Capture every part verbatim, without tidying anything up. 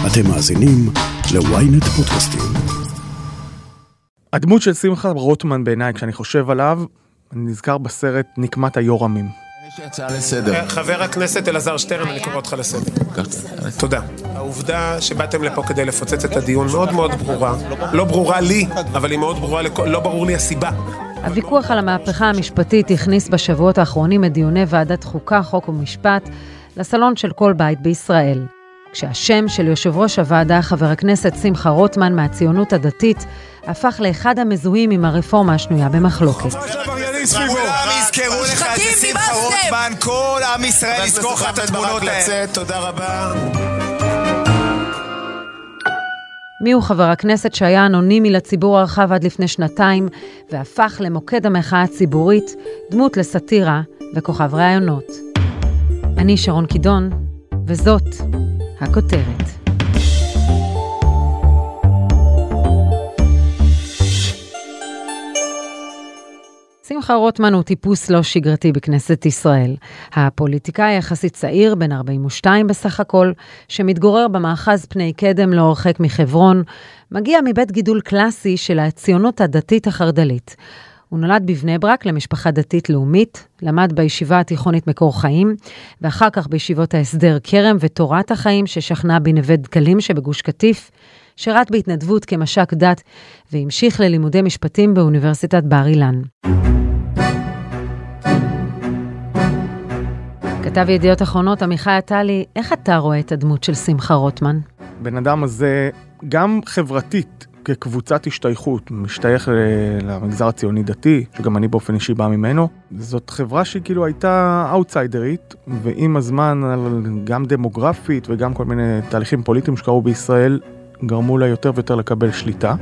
אתם מאזינים ל-ynet פודקאסטים. הדמות של שמחה רוטמן בעיניי, כשאני חושב עליו, אני נזכר בסרט נקמת היורמים. יש לי הצעה לסדר. חבר הכנסת אלעזר שטרן, אני קורא אותך לסדר. תודה. העובדה שבאתם לפה כדי לפוצץ את הדיון מאוד מאוד ברורה. לא ברורה לי, אבל היא מאוד ברורה, לא ברור לי הסיבה. הוויכוח על המהפכה המשפטית הכניס בשבועות האחרונים את דיוני ועדת חוקה, חוק ומשפט לסלון של כל בית בישראל. כשהשם של יושב ראש הוועדה, חבר הכנסת שמחה רוטמן מהציונות הדתית, הפך לאחד המזוהים עם הרפורמה השנויה במחלוקת. כולם יזכרו לך את שמחה רוטמן, כל עם ישראל יזכור לך את התמונות האלה. תודה רבה. מי הוא חבר הכנסת שהיה אנונימי לציבור הרחב עד לפני שנתיים, והפך למוקד המחאה הציבורית, דמות לסאטירה וכוכב רעיונות. אני שרון קידון, וזאת הכותרת. שמחה רוטמן הוא טיפוס לא שגרתי בכנסת ישראל. הפוליטיקאי יחסית צעיר, בן ארבעים ושתיים בסך הכל, שמתגורר במאחז פני קדם לא הרחק מחברון, מגיע מבית גידול קלאסי של הציונות הדתית החרדלית. הוא נולד בבני ברק למשפחה דתית לאומית, למד בישיבה התיכונית מקור חיים, ואחר כך בישיבות ההסדר כרם ותורת החיים ששכנה בנווה דקלים שבגוש קטיף, שירת בהתנדבות כמש"ק דת, והמשיך ללימודי משפטים באוניברסיטת בר אילן. כתב ידיעות אחרונות עמיחי עטלי, איך אתה רואה את הדמות של שמחה רוטמן? בן אדם הזה, גם חברתית, כקבוצת השתייכות, משתייך למגזר הציוני דתי, שגם אני באופן אישי בא ממנו. זאת חברה שהיא כאילו הייתה אאוטסיידרית, ועם הזמן, גם דמוגרפית וגם כל מיני תהליכים פוליטיים שקרו בישראל, גרמו לה יותר ויותר לקבל שליטה.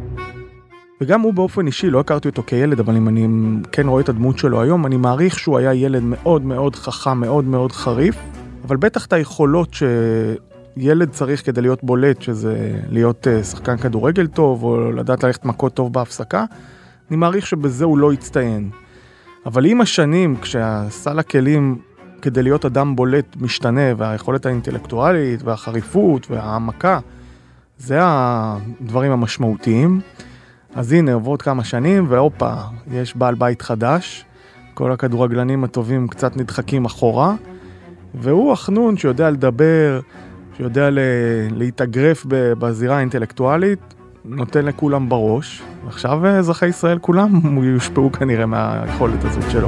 וגם הוא באופן אישי, לא הכרתי אותו כילד, אבל אם אני כן רואה את הדמות שלו היום, אני מעריך שהוא היה ילד מאוד מאוד חכם, מאוד מאוד חריף, אבל בטח את היכולות שילד צריך כדי להיות בולט, שזה להיות שחקן כדורגל טוב, או לדעת ללכת מכות טוב בהפסקה, אני מעריך שבזה הוא לא יצטיין. אבל עם השנים, כשהסל הכלים כדי להיות אדם בולט משתנה, והיכולת האינטלקטואלית, והחריפות, והעמקה, זה הדברים המשמעותיים. אז הנה, עוברות כמה שנים, ואופה, יש בעל בית חדש, כל הכדורגלנים הטובים קצת נדחקים אחורה, והוא החנון שיודע לדבר, שיודע להתאגרף בזירה האינטלקטואלית, נותן לכולם בראש. עכשיו אזרחי ישראל כולם יושפעו כנראה מהיכולת הזאת שלו.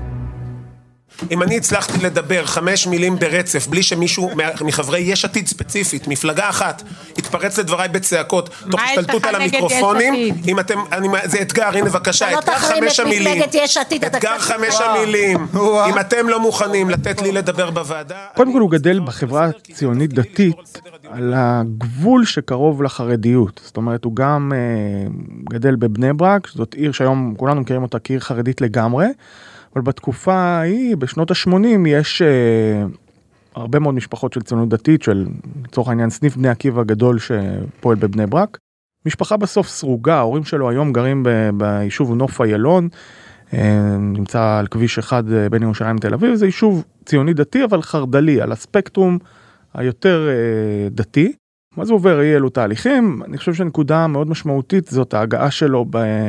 אם אני הצלחתי לדבר חמש מילים ברצף, בלי שמישהו מחברי יש עתיד ספציפית, מפלגה אחת, התפרץ לדבריי בצעקות, תוך השתלטות על המיקרופונים, אם אתם, אני, זה אתגר, הנה בבקשה, אתגר חמש המילים, אתגר חמש המילים, אם אתם לא מוכנים לתת לי לדבר בוועדה. קודם כל הוא גדל בחברה הציונית דתית, על הגבול שקרוב לחרדיות, זאת אומרת הוא גם אה, גדל בבני ברק, זאת עיר שהיום כולנו מכירים אותה כעיר חרדית לגמרי, אבל בתקופה ההיא, בשנות ה-שמונים, יש uh, הרבה מאוד משפחות של ציונות דתית, של לצורך העניין סניף בני עקיבא גדול שפועל בבני ברק. משפחה בסוף סרוגה, ההורים שלו היום גרים ב- ביישוב נוף איילון, uh, נמצא על כביש אחד uh, בין ירושלים לתל אביב, זה יישוב ציוני דתי, אבל חרדלי, על הספקטרום היותר uh, דתי. אז הוא עובר אי אלו תהליכים, אני חושב שהנקודה מאוד משמעותית, זאת ההגעה שלו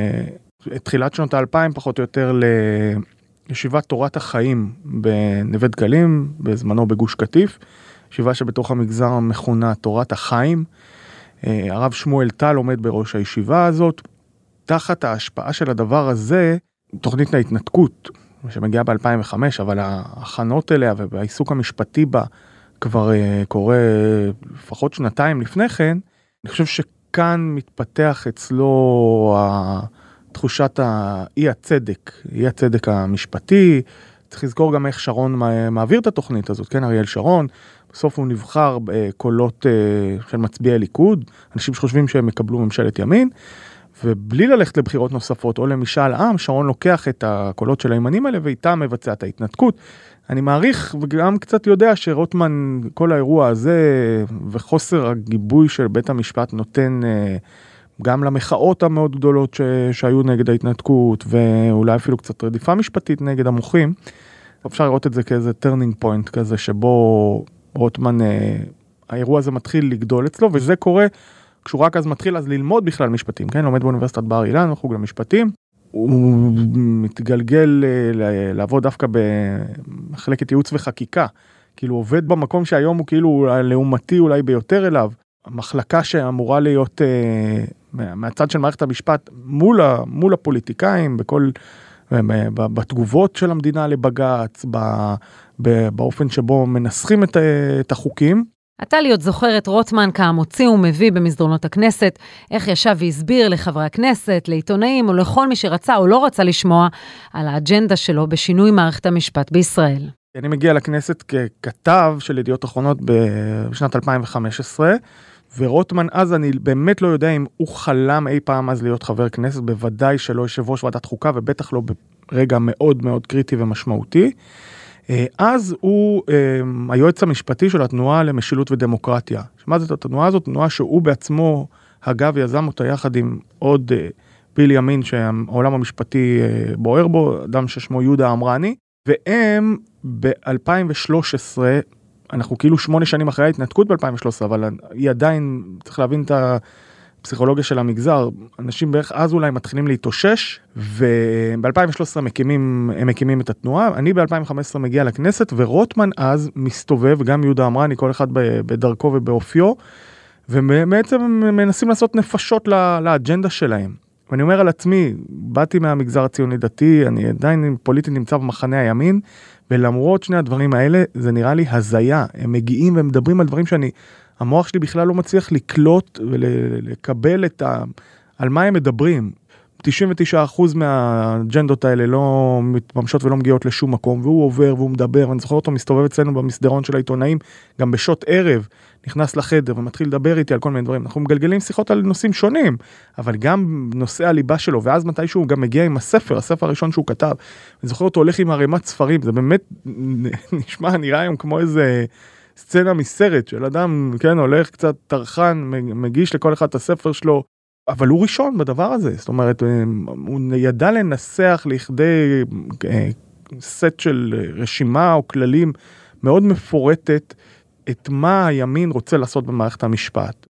בתחילת שנות האלפיים, פחות או יותר ל... ישיבת תורת החיים בנווה דקלים, בזמנו בגוש קטיף, ישיבה שבתוך המגזר המכונה תורת החיים. הרב שמואל טל עומד בראש הישיבה הזאת. תחת ההשפעה של הדבר הזה, תוכנית ההתנתקות, שמגיעה ב-אלפיים וחמש, אבל ההכנות אליה והעיסוק המשפטי בה כבר קורה לפחות שנתיים לפני כן, אני חושב שכאן מתפתח אצלו ה... תחושת האי הצדק, אי הצדק המשפטי, צריך לזכור גם איך שרון מעביר את התוכנית הזאת, כן, אריאל שרון, בסוף הוא נבחר בקולות של מצביעי ליכוד, אנשים שחושבים שהם יקבלו ממשלת ימין, ובלי ללכת לבחירות נוספות או למשאל עם, שרון לוקח את הקולות של הימנים האלה, ואיתם מבצע את ההתנתקות. אני מעריך וגם קצת יודע שרוטמן, כל האירוע הזה, וחוסר הגיבוי של בית המשפט נותן גם למחאות המאוד גדולות ש... שהיו נגד ההתנתקות, ואולי אפילו קצת רדיפה משפטית נגד המוחים. אפשר לראות את זה כאיזה טרנינג פוינט כזה, שבו רוטמן אה, האירוע הזה מתחיל לגדול אצלו, וזה קורה כשהוא רק אז מתחיל אז ללמוד בכלל משפטים, כן? לומד באוניברסיטת בר אילן, בחוג למשפטים, הוא מתגלגל לעבוד דווקא במחלקת ייעוץ וחקיקה, כאילו עובד במקום שהיום הוא כאילו הלאומתי אולי ביותר אליו, המחלקה שאמורה להיות מהצד של מערכת המשפט מול, מול הפוליטיקאים, בכל, בתגובות של המדינה לבג"ץ, באופן שבו מנסחים את, את החוקים. אתה להיות זוכרת רוטמן כמוציא ומביא במסדרונות הכנסת, איך ישב והסביר לחברי הכנסת, לעיתונאים או לכל מי שרצה או לא רצה לשמוע על האג'נדה שלו בשינוי מערכת המשפט בישראל. אני מגיע לכנסת ככתב של ידיעות אחרונות בשנת אלפיים וחמש עשרה, ורוטמן אז אני באמת לא יודע אם הוא חלם אי פעם אז להיות חבר כנסת, בוודאי שלא יושב ראש ועדת חוקה, ובטח לא ברגע מאוד מאוד קריטי ומשמעותי. אז הוא היועץ המשפטי של התנועה למשילות ודמוקרטיה. שמה זאת התנועה הזאת? תנועה שהוא בעצמו הגה ויזם אותה יחד עם עוד פיל ימין שהעולם המשפטי בוער בו, אדם ששמו יהודה אמרני, והם ב-אלפיים ושלוש עשרה, אנחנו כאילו שמונה שנים אחרי ההתנתקות ב-אלפיים ושלוש עשרה, אבל היא עדיין, צריך להבין את הפסיכולוגיה של המגזר, אנשים בערך אז אולי מתחילים להתאושש, וב-אלפיים ושלוש עשרה מקימים, הם מקימים את התנועה, אני ב-אלפיים וחמש עשרה מגיע לכנסת, ורוטמן אז מסתובב, גם יהודה אמרני, כל אחד בדרכו ובאופיו, ובעצם מנסים לעשות נפשות לאג'נדה שלהם. ואני אומר על עצמי, באתי מהמגזר הציוני דתי, אני עדיין פוליטי נמצא במחנה הימין, ולמרות שני הדברים האלה, זה נראה לי הזיה. הם מגיעים והם מדברים על דברים שאני, המוח שלי בכלל לא מצליח לקלוט ולקבל את ה... על מה הם מדברים. תשעים ותשעה אחוז מהאג'נדות האלה לא מתממשות ולא מגיעות לשום מקום, והוא עובר והוא מדבר, ואני זוכר אותו מסתובב אצלנו במסדרון של העיתונאים, גם בשעות ערב, נכנס לחדר ומתחיל לדבר איתי על כל מיני דברים. אנחנו מגלגלים שיחות על נושאים שונים, אבל גם נושא הליבה שלו, ואז מתישהו הוא גם מגיע עם הספר, הספר הראשון שהוא כתב, אני זוכר אותו הולך עם ערימת ספרים, זה באמת נשמע, נראה היום כמו איזה סצנה מסרט, של אדם, כן, הולך קצת טרחן, מגיש לכל אחד את הספר שלו, אבל הוא ראשון בדבר הזה, זאת אומרת, הוא ידע לנסח לכדי סט של רשימה או כללים מאוד מפורטת, את מה הימין רוצה לעשות במערכת המשפט.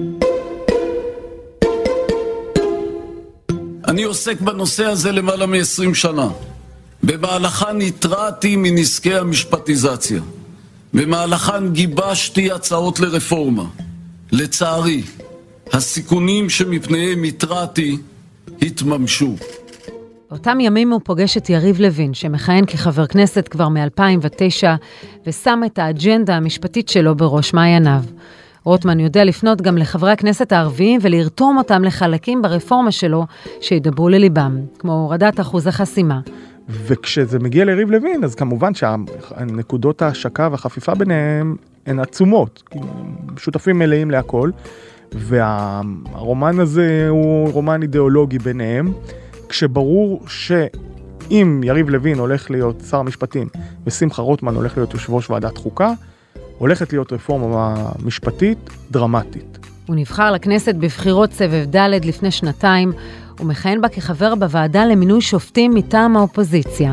אני עוסק בנושא הזה למעלה מ-עשרים שנה. במהלכן התרעתי מנזקי המשפטיזציה. במהלכן גיבשתי הצעות לרפורמה. לצערי, הסיכונים שמפניהם התרעתי התממשו. באותם ימים הוא פוגש את יריב לוין, שמכהן כחבר כנסת כבר מ-אלפיים ותשע, ושם את האג'נדה המשפטית שלו בראש מעייניו. רוטמן יודע לפנות גם לחברי הכנסת הערביים, ולרתום אותם לחלקים ברפורמה שלו שידברו לליבם, כמו הורדת אחוז החסימה. וכשזה מגיע ליריב לוין, אז כמובן שהנקודות ההשקה והחפיפה ביניהם הן עצומות, שותפים מלאים להכל, והרומן הזה הוא רומן אידיאולוגי ביניהם, כשברור שאם יריב לוין הולך להיות שר המשפטים ושמחה רוטמן הולך להיות יושב ראש ועדת חוקה, הולכת להיות רפורמה משפטית דרמטית. הוא נבחר לכנסת בבחירות סבב ד' לפני שנתיים, ומכהן בה כחבר בוועדה למינוי שופטים מטעם האופוזיציה.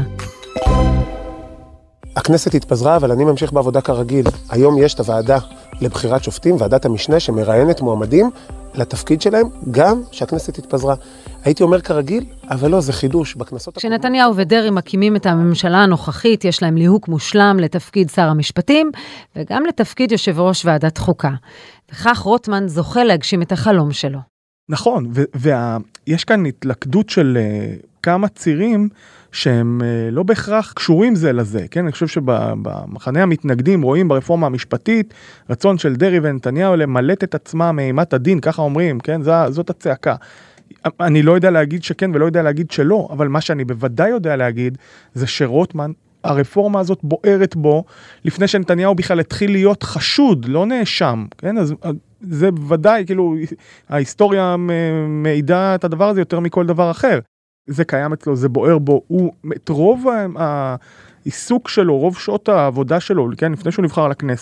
הכנסת התפזרה, אבל אני ממשיך בעבודה כרגיל. היום יש את הוועדה לבחירת שופטים, ועדת המשנה שמראיינת מועמדים לתפקיד שלהם, גם שהכנסת התפזרה. הייתי אומר כרגיל, אבל לא, זה חידוש בכנסות. כשנתניהו ודרעי מקימים את הממשלה הנוכחית, יש להם ליהוק מושלם לתפקיד שר המשפטים, וגם לתפקיד יושב ראש ועדת חוקה. וכך רוטמן זוכה להגשים את החלום שלו. נכון, ויש כאן התלכדות של uh, כמה צירים שהם uh, לא בהכרח קשורים זה לזה, כן? אני חושב שבמחנה המתנגדים רואים ברפורמה המשפטית רצון של דרעי ונתניהו למלט את עצמה מאימת הדין, ככה אומרים, כן? זו, זאת הצעקה. אני לא יודע להגיד שכן ולא יודע להגיד שלא, אבל מה שאני בוודאי יודע להגיד זה שרוטמן, הרפורמה הזאת בוערת בו לפני שנתניהו בכלל התחיל להיות חשוד, לא נאשם, כן? אז זה בוודאי, כאילו, ההיסטוריה מעידה את הדבר הזה יותר מכל דבר אחר. זה קיים אצלו, זה בוער בו, הוא, את רוב העיסוק שלו, רוב שעות העבודה שלו, כן? לפני שהוא נבחר לכנסת,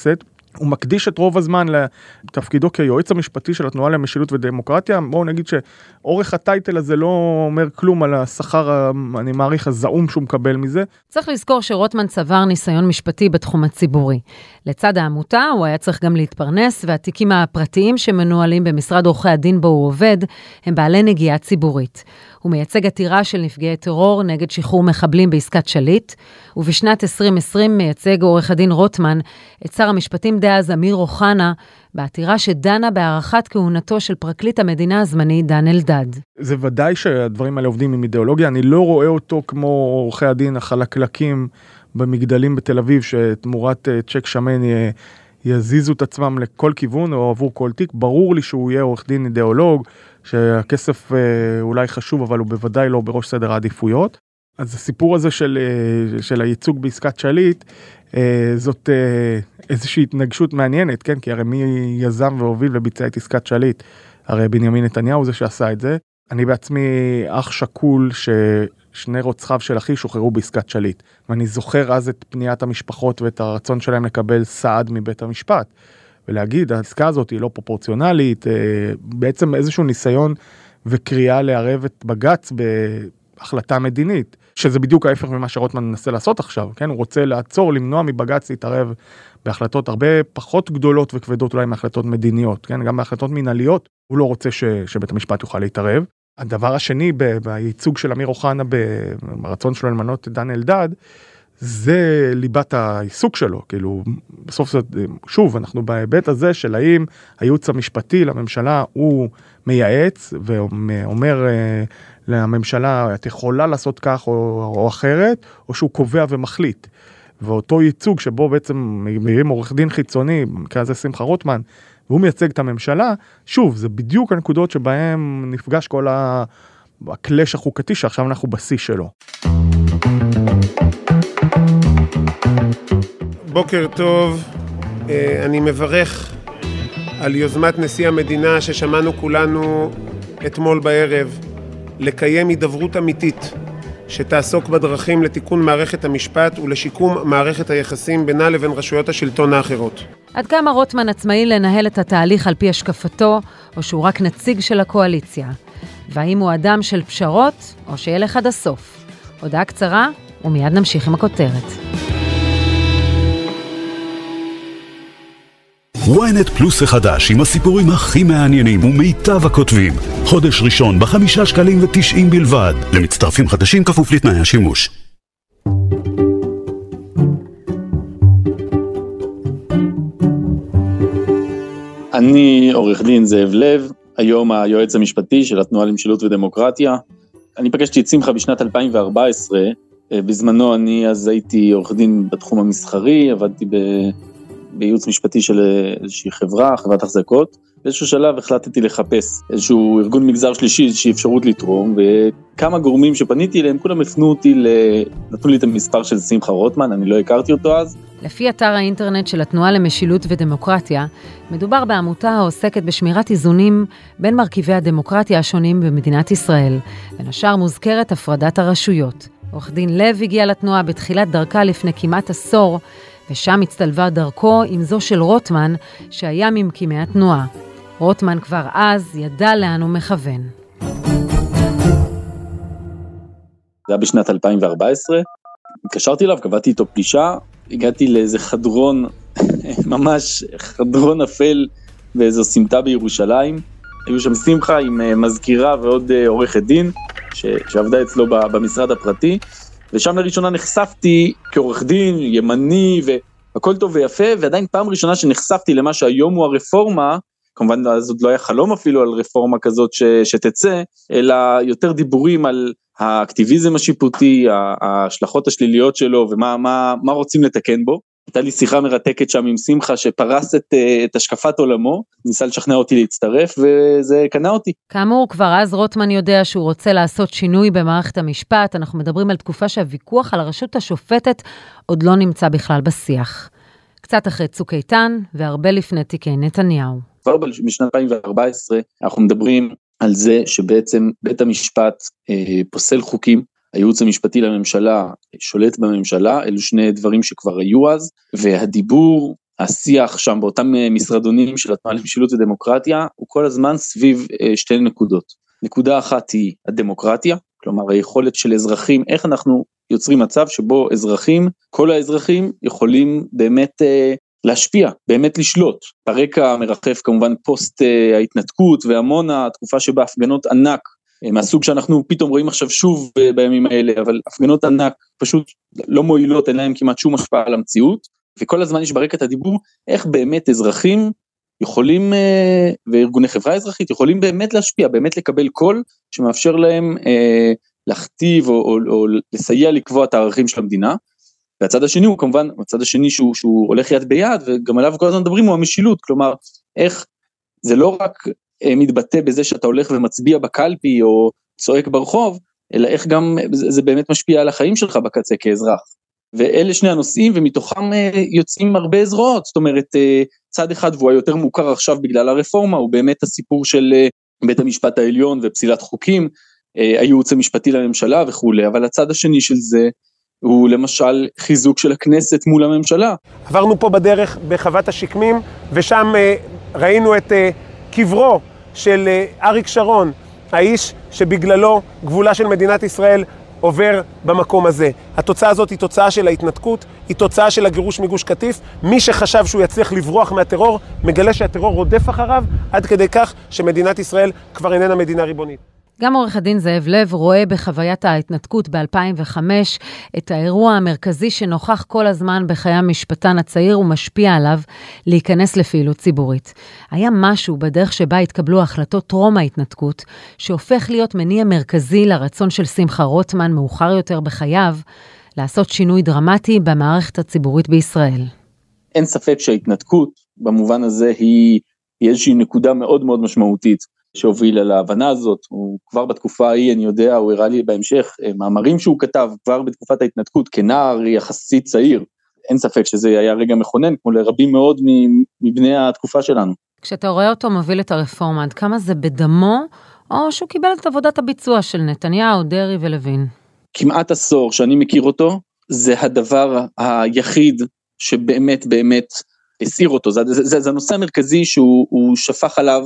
הוא מקדיש את רוב הזמן לתפקידו כיועץ המשפטי של התנועה למשילות ודמוקרטיה. בואו נגיד שאורך הטייטל הזה לא אומר כלום על השכר, אני מעריך, הזעום שהוא מקבל מזה. צריך לזכור שרוטמן צבר ניסיון משפטי בתחום הציבורי. לצד העמותה הוא היה צריך גם להתפרנס, והתיקים הפרטיים שמנוהלים במשרד עורכי הדין בו הוא עובד, הם בעלי נגיעה ציבורית. הוא מייצג עתירה של נפגעי טרור נגד שחרור מחבלים בעסקת שליט, ובשנת עשרים עשרים מייצג עורך הדין רוטמן את שר המשפטים דאז אמיר אוחנה, בעתירה שדנה בהארכת כהונתו של פרקליט המדינה הזמני דן אלדד. זה ודאי שהדברים האלה עובדים עם אידיאולוגיה, אני לא רואה אותו כמו עורכי הדין החלקלקים במגדלים בתל אביב, שתמורת צ'ק שמן יזיזו את עצמם לכל כיוון או עבור כל תיק. ברור לי שהוא יהיה עורך דין אידיאולוג, שהכסף אולי חשוב, אבל הוא בוודאי לא בראש סדר העדיפויות. אז הסיפור הזה של, של הייצוג בעסקת שליט, זאת איזושהי התנגשות מעניינת, כן? כי הרי מי יזם והוביל וביצע את עסקת שליט? הרי בנימין נתניהו זה שעשה את זה. אני בעצמי אח שקול ששני רוצחיו של אחי שוחררו בעסקת שליט. ואני זוכר אז את פניית המשפחות ואת הרצון שלהם לקבל סעד מבית המשפט. ולהגיד, העסקה הזאת היא לא פרופורציונלית, בעצם איזשהו ניסיון וקריאה לערב את בג"ץ בהחלטה מדינית, שזה בדיוק ההפך ממה שרוטמן מנסה לעשות עכשיו, כן? הוא רוצה לעצור, למנוע מבג"ץ להתערב בהחלטות הרבה פחות גדולות וכבדות אולי מהחלטות מדיניות, כן? גם בהחלטות מנהליות, הוא לא רוצה ש, שבית המשפט יוכל להתערב. הדבר השני, בייצוג של אמיר אוחנה, ברצון שלו למנות את דן אלדד, זה ליבת העיסוק שלו, כאילו, בסוף זאת, שוב, אנחנו בהיבט הזה של האם הייעוץ המשפטי לממשלה הוא מייעץ ואומר לממשלה, את יכולה לעשות כך או, או אחרת, או שהוא קובע ומחליט. ואותו ייצוג שבו בעצם מביאים עורך דין חיצוני, במקרה הזה שמחה רוטמן, והוא מייצג את הממשלה, שוב, זה בדיוק הנקודות שבהם נפגש כל הקלש החוקתי שעכשיו אנחנו בשיא שלו. בוקר טוב, אני מברך על יוזמת נשיא המדינה ששמענו כולנו אתמול בערב, לקיים הידברות אמיתית שתעסוק בדרכים לתיקון מערכת המשפט ולשיקום מערכת היחסים בינה לבין רשויות השלטון האחרות. עד כמה רוטמן עצמאי לנהל את התהליך על פי השקפתו, או שהוא רק נציג של הקואליציה? והאם הוא אדם של פשרות, או שילך עד הסוף? הודעה קצרה, ומיד נמשיך עם הכותרת. וויינט פלוס החדש עם הסיפורים הכי מעניינים ומיטב הכותבים. חודש ראשון בחמישה שקלים ותשעים בלבד. למצטרפים חדשים כפוף לתנאי השימוש. אני עורך דין זאב לב, היום היועץ המשפטי של התנועה למשילות ודמוקרטיה. אני פגשתי את שמחה בשנת אלפיים וארבע עשרה, בזמנו אני אז הייתי עורך דין בתחום המסחרי, עבדתי ב... בייעוץ משפטי של איזושהי חברה, חברת החזקות. באיזשהו שלב החלטתי לחפש איזשהו ארגון מגזר שלישי, איזושהי אפשרות לתרום, וכמה גורמים שפניתי אליהם, כולם הפנו אותי, נתנו לי את המספר של שמחה רוטמן, אני לא הכרתי אותו אז. לפי אתר האינטרנט של התנועה למשילות ודמוקרטיה, מדובר בעמותה העוסקת בשמירת איזונים בין מרכיבי הדמוקרטיה השונים במדינת ישראל, בין השאר מוזכרת הפרדת הרשויות. עורך דין לב הגיע לתנועה בתחילת דרכה לפני כמעט עשור, ושם הצטלבה דרכו עם זו של רוטמן, שהיה ממקימי התנועה. רוטמן כבר אז ידע לאן הוא מכוון. זה היה בשנת אלפיים וארבע עשרה, התקשרתי אליו, קבעתי איתו פגישה, הגעתי לאיזה חדרון, ממש חדרון אפל, באיזו סמטה בירושלים. היו שם שמחה עם מזכירה ועוד עורכת דין, ש... שעבדה אצלו במשרד הפרטי, ושם לראשונה נחשפתי כעורך דין, ימני, והכל טוב ויפה, ועדיין פעם ראשונה שנחשפתי למה שהיום הוא הרפורמה, כמובן אז עוד לא היה חלום אפילו על רפורמה כזאת ש... שתצא, אלא יותר דיבורים על האקטיביזם השיפוטי, ההשלכות השליליות שלו, ומה מה, מה רוצים לתקן בו. הייתה לי שיחה מרתקת שם עם שמחה שפרס את, את השקפת עולמו, ניסה לשכנע אותי להצטרף, וזה קנה אותי. כאמור, כבר אז רוטמן יודע שהוא רוצה לעשות שינוי במערכת המשפט, אנחנו מדברים על תקופה שהוויכוח על הרשות השופטת עוד לא נמצא בכלל בשיח. קצת אחרי צוק איתן, והרבה לפני תיקי נתניהו. כבר בשנת אלפיים וארבע עשרה אנחנו מדברים על זה שבעצם בית המשפט אה, פוסל חוקים, הייעוץ המשפטי לממשלה שולט בממשלה, אלו שני דברים שכבר היו אז, והדיבור השיח שם באותם משרדונים של התנועה למשילות ודמוקרטיה, הוא כל הזמן סביב שתי נקודות. נקודה אחת היא הדמוקרטיה, כלומר היכולת של אזרחים, איך אנחנו יוצרים מצב שבו אזרחים, כל האזרחים יכולים באמת להשפיע, באמת לשלוט. ברקע מרחף כמובן פוסט ההתנתקות והמונה, התקופה שבה הפגנות ענק, מהסוג שאנחנו פתאום רואים עכשיו שוב בימים האלה, אבל הפגנות ענק פשוט לא מועילות, אין להם כמעט שום השפעה על המציאות, וכל הזמן יש ברקע את הדיבור, איך באמת אזרחים יכולים, וארגוני חברה אזרחית, יכולים באמת להשפיע, באמת לקבל קול, שמאפשר להם להכתיב או, או, או לסייע לקבוע את הערכים של המדינה, והצד השני הוא כמובן, הצד השני שהוא, שהוא הולך יד ביד, וגם עליו כל הזמן מדברים הוא המשילות, כלומר, איך זה לא רק מתבטא בזה שאתה הולך ומצביע בקלפי, או צועק ברחוב, אלא איך גם זה, זה באמת משפיע על החיים שלך בקצה כאזרח. ואלה שני הנושאים, ומתוכם יוצאים הרבה זרועות, זאת אומרת, צד אחד, והוא היותר מוכר עכשיו בגלל הרפורמה, הוא באמת הסיפור של בית המשפט העליון ופסילת חוקים, הייעוץ המשפטי לממשלה וכו', אבל הצד השני של זה, הוא למשל חיזוק של הכנסת מול הממשלה. עברנו פה בדרך בחוות השקמים, ושם ראינו את קברו של אריק שרון, האיש שבגללו גבולה של מדינת ישראל עובר במקום הזה. התוצאה הזאת היא תוצאה של ההתנתקות, היא תוצאה של הגירוש מגוש קטיף. מי שחשב שהוא יצליח לברוח מהטרור, מגלה שהטרור רודף אחריו, עד כדי כך שמדינת ישראל כבר איננה מדינה ריבונית. גם עורך הדין זאב לב רואה בחוויית ההתנתקות ב-אלפיים וחמש את האירוע המרכזי שנוכח כל הזמן בחיי המשפטן הצעיר ומשפיע עליו להיכנס לפעילות ציבורית. היה משהו בדרך שבה התקבלו החלטות טרום ההתנתקות, שהופך להיות מניע מרכזי לרצון של שמחה רוטמן מאוחר יותר בחייו, לעשות שינוי דרמטי במערכת הציבורית בישראל. אין ספק שההתנתקות במובן הזה היא, היא איזושהי נקודה מאוד מאוד משמעותית, שהוביל להבנה הזאת. הוא כבר בתקופה ההיא, אני יודע, הוא הראה לי בהמשך, מאמרים שהוא כתב כבר בתקופת ההתנתקות, כנער יחסית צעיר, אין ספק שזה היה רגע מכונן, כמו לרבים מאוד מבני התקופה שלנו. כשאתה רואה אותו מוביל את הרפורמה, עד כמה זה בדמו, או שהוא קיבל את עבודת הביצוע של נתניהו, דרעי ולוין? כמעט עשור שאני מכיר אותו, זה הדבר היחיד שבאמת באמת הסיר אותו, זה, זה, זה, זה הנושא המרכזי שהוא שפך עליו,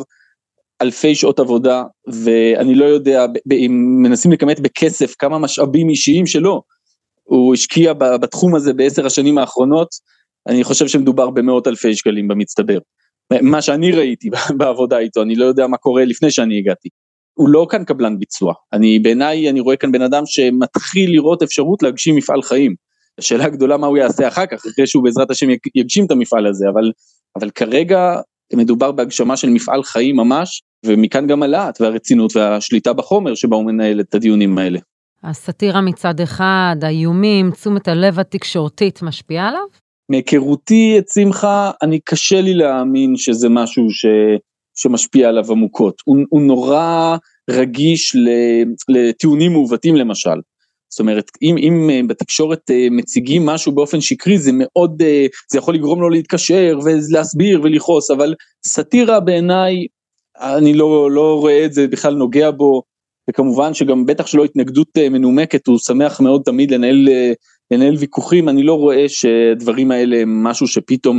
אלפי שעות עבודה, ואני לא יודע, אם מנסים לכמת בכסף כמה משאבים אישיים שלו, הוא השקיע בתחום הזה בעשר השנים האחרונות, אני חושב שמדובר במאות אלפי שקלים במצטבר. מה שאני ראיתי בעבודה איתו, אני לא יודע מה קורה לפני שאני הגעתי. הוא לא כאן קבלן ביצוע. אני, בעיניי, אני רואה כאן בן אדם שמתחיל לראות אפשרות להגשים מפעל חיים. השאלה הגדולה מה הוא יעשה אחר כך, אחרי שהוא בעזרת השם יגשים את המפעל הזה, אבל, אבל כרגע, מדובר בהגשמה של מפעל חיים ממש, ומכאן גם הלהט והרצינות והשליטה בחומר שבה הוא מנהל את הדיונים האלה. הסאטירה מצד אחד, האיומים, תשומת הלב התקשורתית משפיעה עליו? מהיכרותי את שמחה, אני קשה לי להאמין שזה משהו ש, שמשפיע עליו עמוקות. הוא, הוא נורא רגיש לטיעונים מעוותים למשל. זאת אומרת, אם, אם בתקשורת מציגים משהו באופן שקרי, זה מאוד, זה יכול לגרום לו להתקשר ולהסביר ולכעוס, אבל סאטירה בעיניי, אני לא, לא רואה את זה בכלל נוגע בו, וכמובן שגם בטח שלא התנגדות מנומקת, הוא שמח מאוד תמיד לנהל, לנהל ויכוחים, אני לא רואה שדברים האלה הם משהו שפתאום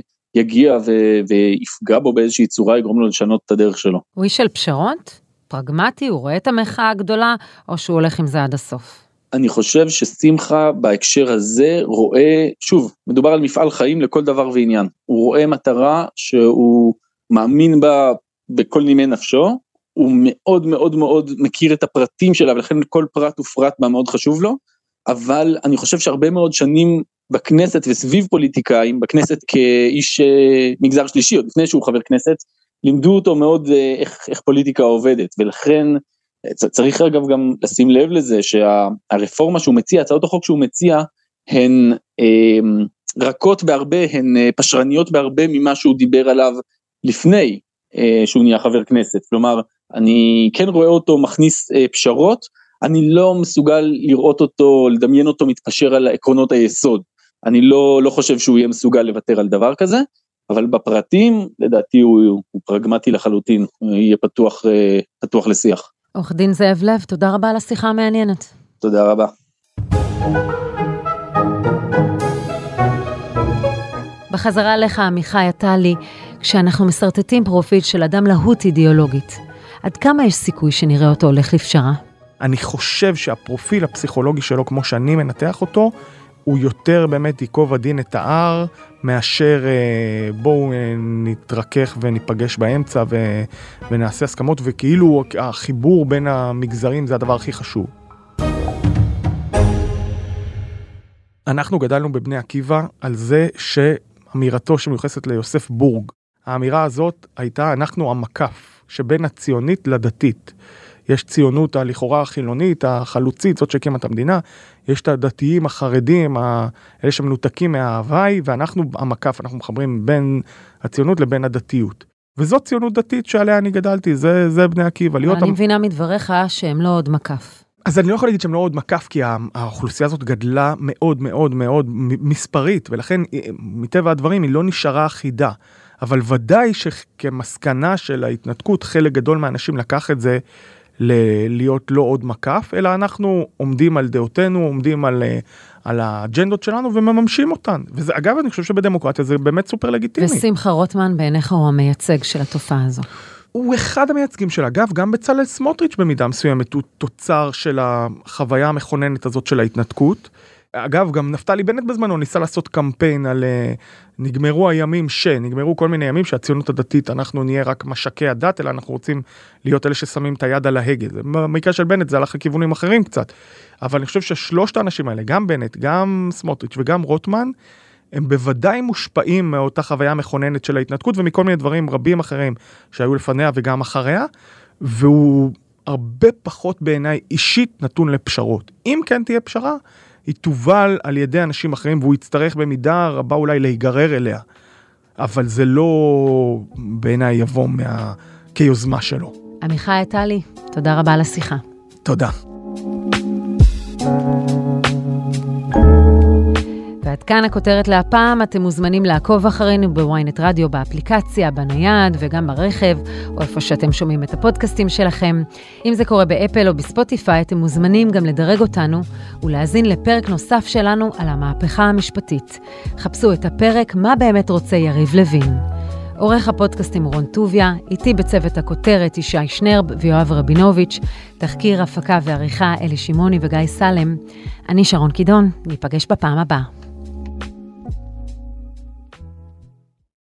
יגיע ו, ויפגע בו באיזושהי צורה, יגרום לו לשנות את הדרך שלו. הוא איש של פשרות? פרגמטי? הוא רואה את המחאה הגדולה, או שהוא הולך עם זה עד הסוף? אני חושב ששמחה בהקשר הזה רואה, שוב, מדובר על מפעל חיים לכל דבר ועניין, הוא רואה מטרה שהוא מאמין בה בכל נימי נפשו, הוא מאוד מאוד מאוד מכיר את הפרטים שלה, ולכן כל פרט ופרט בה מאוד חשוב לו, אבל אני חושב שהרבה מאוד שנים בכנסת וסביב פוליטיקאים, בכנסת כאיש מגזר שלישי, עוד לפני שהוא חבר כנסת, לימדו אותו מאוד איך, איך פוליטיקה עובדת, ולכן צריך אגב גם לשים לב לזה שהרפורמה שהוא מציע, הצעות החוק שהוא מציע, הן אה, רכות בהרבה, הן אה, פשרניות בהרבה ממה שהוא דיבר עליו לפני אה, שהוא נהיה חבר כנסת. כלומר, אני כן רואה אותו מכניס אה, פשרות, אני לא מסוגל לראות אותו, לדמיין אותו מתפשר על עקרונות היסוד. אני לא, לא חושב שהוא יהיה מסוגל לוותר על דבר כזה, אבל בפרטים, לדעתי הוא, הוא פרגמטי לחלוטין, הוא יהיה פתוח, אה, פתוח לשיח. עורך דין זאב לב, תודה רבה על השיחה המעניינת. תודה רבה. וחזרה לך, עמיחי עטלי, כשאנחנו מסרטטים פרופיל של אדם להוט אידיאולוגית, עד כמה יש סיכוי שנראה אותו הולך לפשרה? אני חושב שהפרופיל הפסיכולוגי שלו, כמו שאני מנתח אותו, הוא יותר באמת ייקוב הדין את הער, מאשר אה, בואו אה, נתרכך וניפגש באמצע ו, ונעשה הסכמות, וכאילו החיבור בין המגזרים זה הדבר הכי חשוב. אנחנו גדלנו בבני עקיבא על זה שאמירתו שמיוחסת ליוסף בורג. האמירה הזאת הייתה, אנחנו המקף שבין הציונית לדתית. יש ציונות הלכאורה החילונית, החלוצית, זאת שהקימה את המדינה, יש את הדתיים החרדים, אלה שמנותקים מההוואי, ואנחנו המקף, אנחנו מחברים בין הציונות לבין הדתיות. וזאת ציונות דתית שעליה אני גדלתי, זה, זה בני עקיבא. אני המ... מבינה מדבריך שהם לא עוד מקף. אז אני לא יכול להגיד שהם לא עוד מקף, כי האוכלוסייה הזאת גדלה מאוד מאוד מאוד מספרית, ולכן מטבע הדברים היא לא נשארה אחידה. אבל ודאי שכמסקנה של ההתנתקות, חלק גדול מהאנשים לקח את זה להיות לא עוד מקף, אלא אנחנו עומדים על דעותינו, עומדים על, על האג'נדות שלנו ומממשים אותן. וזה, אגב, אני חושב שבדמוקרטיה זה באמת סופר לגיטימי. ושמחה רוטמן בעיניך הוא המייצג של התופעה הזו. הוא אחד המייצגים שלה. אגב, גם בצלאל סמוטריץ' במידה מסוימת הוא תוצר של החוויה המכוננת הזאת של ההתנתקות. אגב, גם נפתלי בנט בזמנו ניסה לעשות קמפיין על נגמרו הימים ש, נגמרו כל מיני ימים שהציונות הדתית, אנחנו נהיה רק משקי הדת, אלא אנחנו רוצים להיות אלה ששמים את היד על ההגה. במקרה של בנט זה הלך לכיוונים אחרים קצת. אבל אני חושב ששלושת האנשים האלה, גם בנט, גם סמוטריץ' וגם רוטמן, הם בוודאי מושפעים מאותה חוויה מכוננת של ההתנתקות, ומכל מיני דברים רבים אחרים שהיו לפניה וגם אחריה, והוא הרבה פחות בעיניי אישית נתון לפשרות. אם כן תהיה פשרה, היא תובל על ידי אנשים אחרים, והוא יצטרך במידה רבה אולי להיגרר אליה. אבל זה לא בעיניי יבוא מה... כיוזמה שלו. עמיחי עטלי, תודה רבה על השיחה. תודה. ועד כאן הכותרת להפעם, אתם מוזמנים לעקוב אחרינו בוויינט רדיו, באפליקציה, בנייד וגם ברכב, או איפה שאתם שומעים את הפודקאסטים שלכם. אם זה קורה באפל או בספוטיפיי, אתם מוזמנים גם לדרג אותנו ולהזין לפרק נוסף שלנו על המהפכה המשפטית. חפשו את הפרק מה באמת רוצה יריב לוין. עורך הפודקאסטים רון טוביה, איתי בצוות הכותרת ישי שנרב ויואב רבינוביץ', תחקיר, הפקה ועריכה אלי שמעוני וגיא סלם. אני שרון קידון, ניפגש בפעם הבאה.